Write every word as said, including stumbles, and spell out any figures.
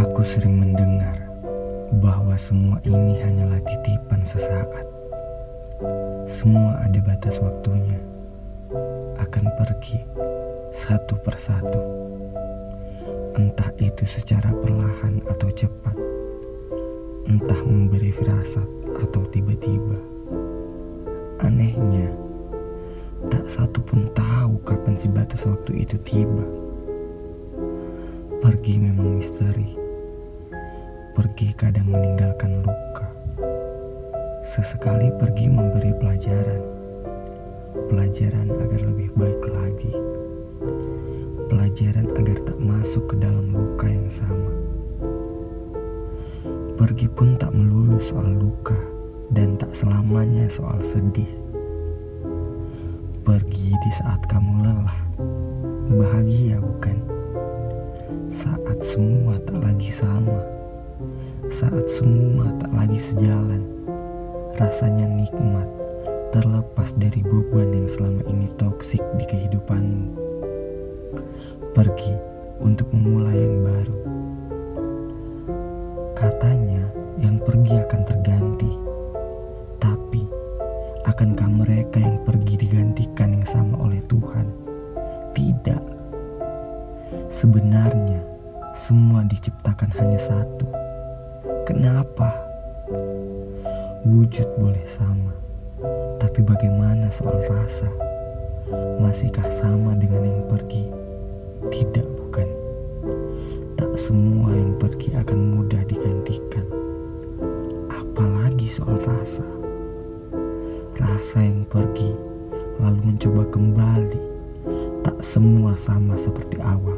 Aku sering mendengar bahwa semua ini hanyalah titipan sesaat. Semua ada batas waktunya, akan pergi satu persatu. Entah itu secara perlahan atau cepat, entah memberi firasat atau tiba-tiba. Anehnya, tak satu pun tahu kapan si batas waktu itu tiba. Pergi memang misteri. Pergi kadang meninggalkan luka. Sesekali pergi memberi pelajaran. Pelajaran agar lebih baik lagi. Pelajaran agar tak masuk ke dalam luka yang sama. Pergi pun tak melulu soal luka dan tak selamanya soal sedih. Pergi di saat kamu lelah. Bahagia bukan? Saat semua tak lagi sama. Saat semua tak lagi sejalan. Rasanya nikmat terlepas dari beban yang selama ini toksik di kehidupanmu. Pergi untuk memulai yang baru. Katanya yang pergi akan terganti. Tapi akankah mereka yang pergi digantikan yang sama oleh Tuhan? Tidak. Sebenarnya semua diciptakan hanya satu. Kenapa? Wujud boleh sama, tapi bagaimana soal rasa? Masihkah sama dengan yang pergi? Tidak, bukan? Tak semua yang pergi akan mudah digantikan. Apalagi soal rasa. Rasa yang pergi lalu mencoba kembali. Tak semua sama seperti awal.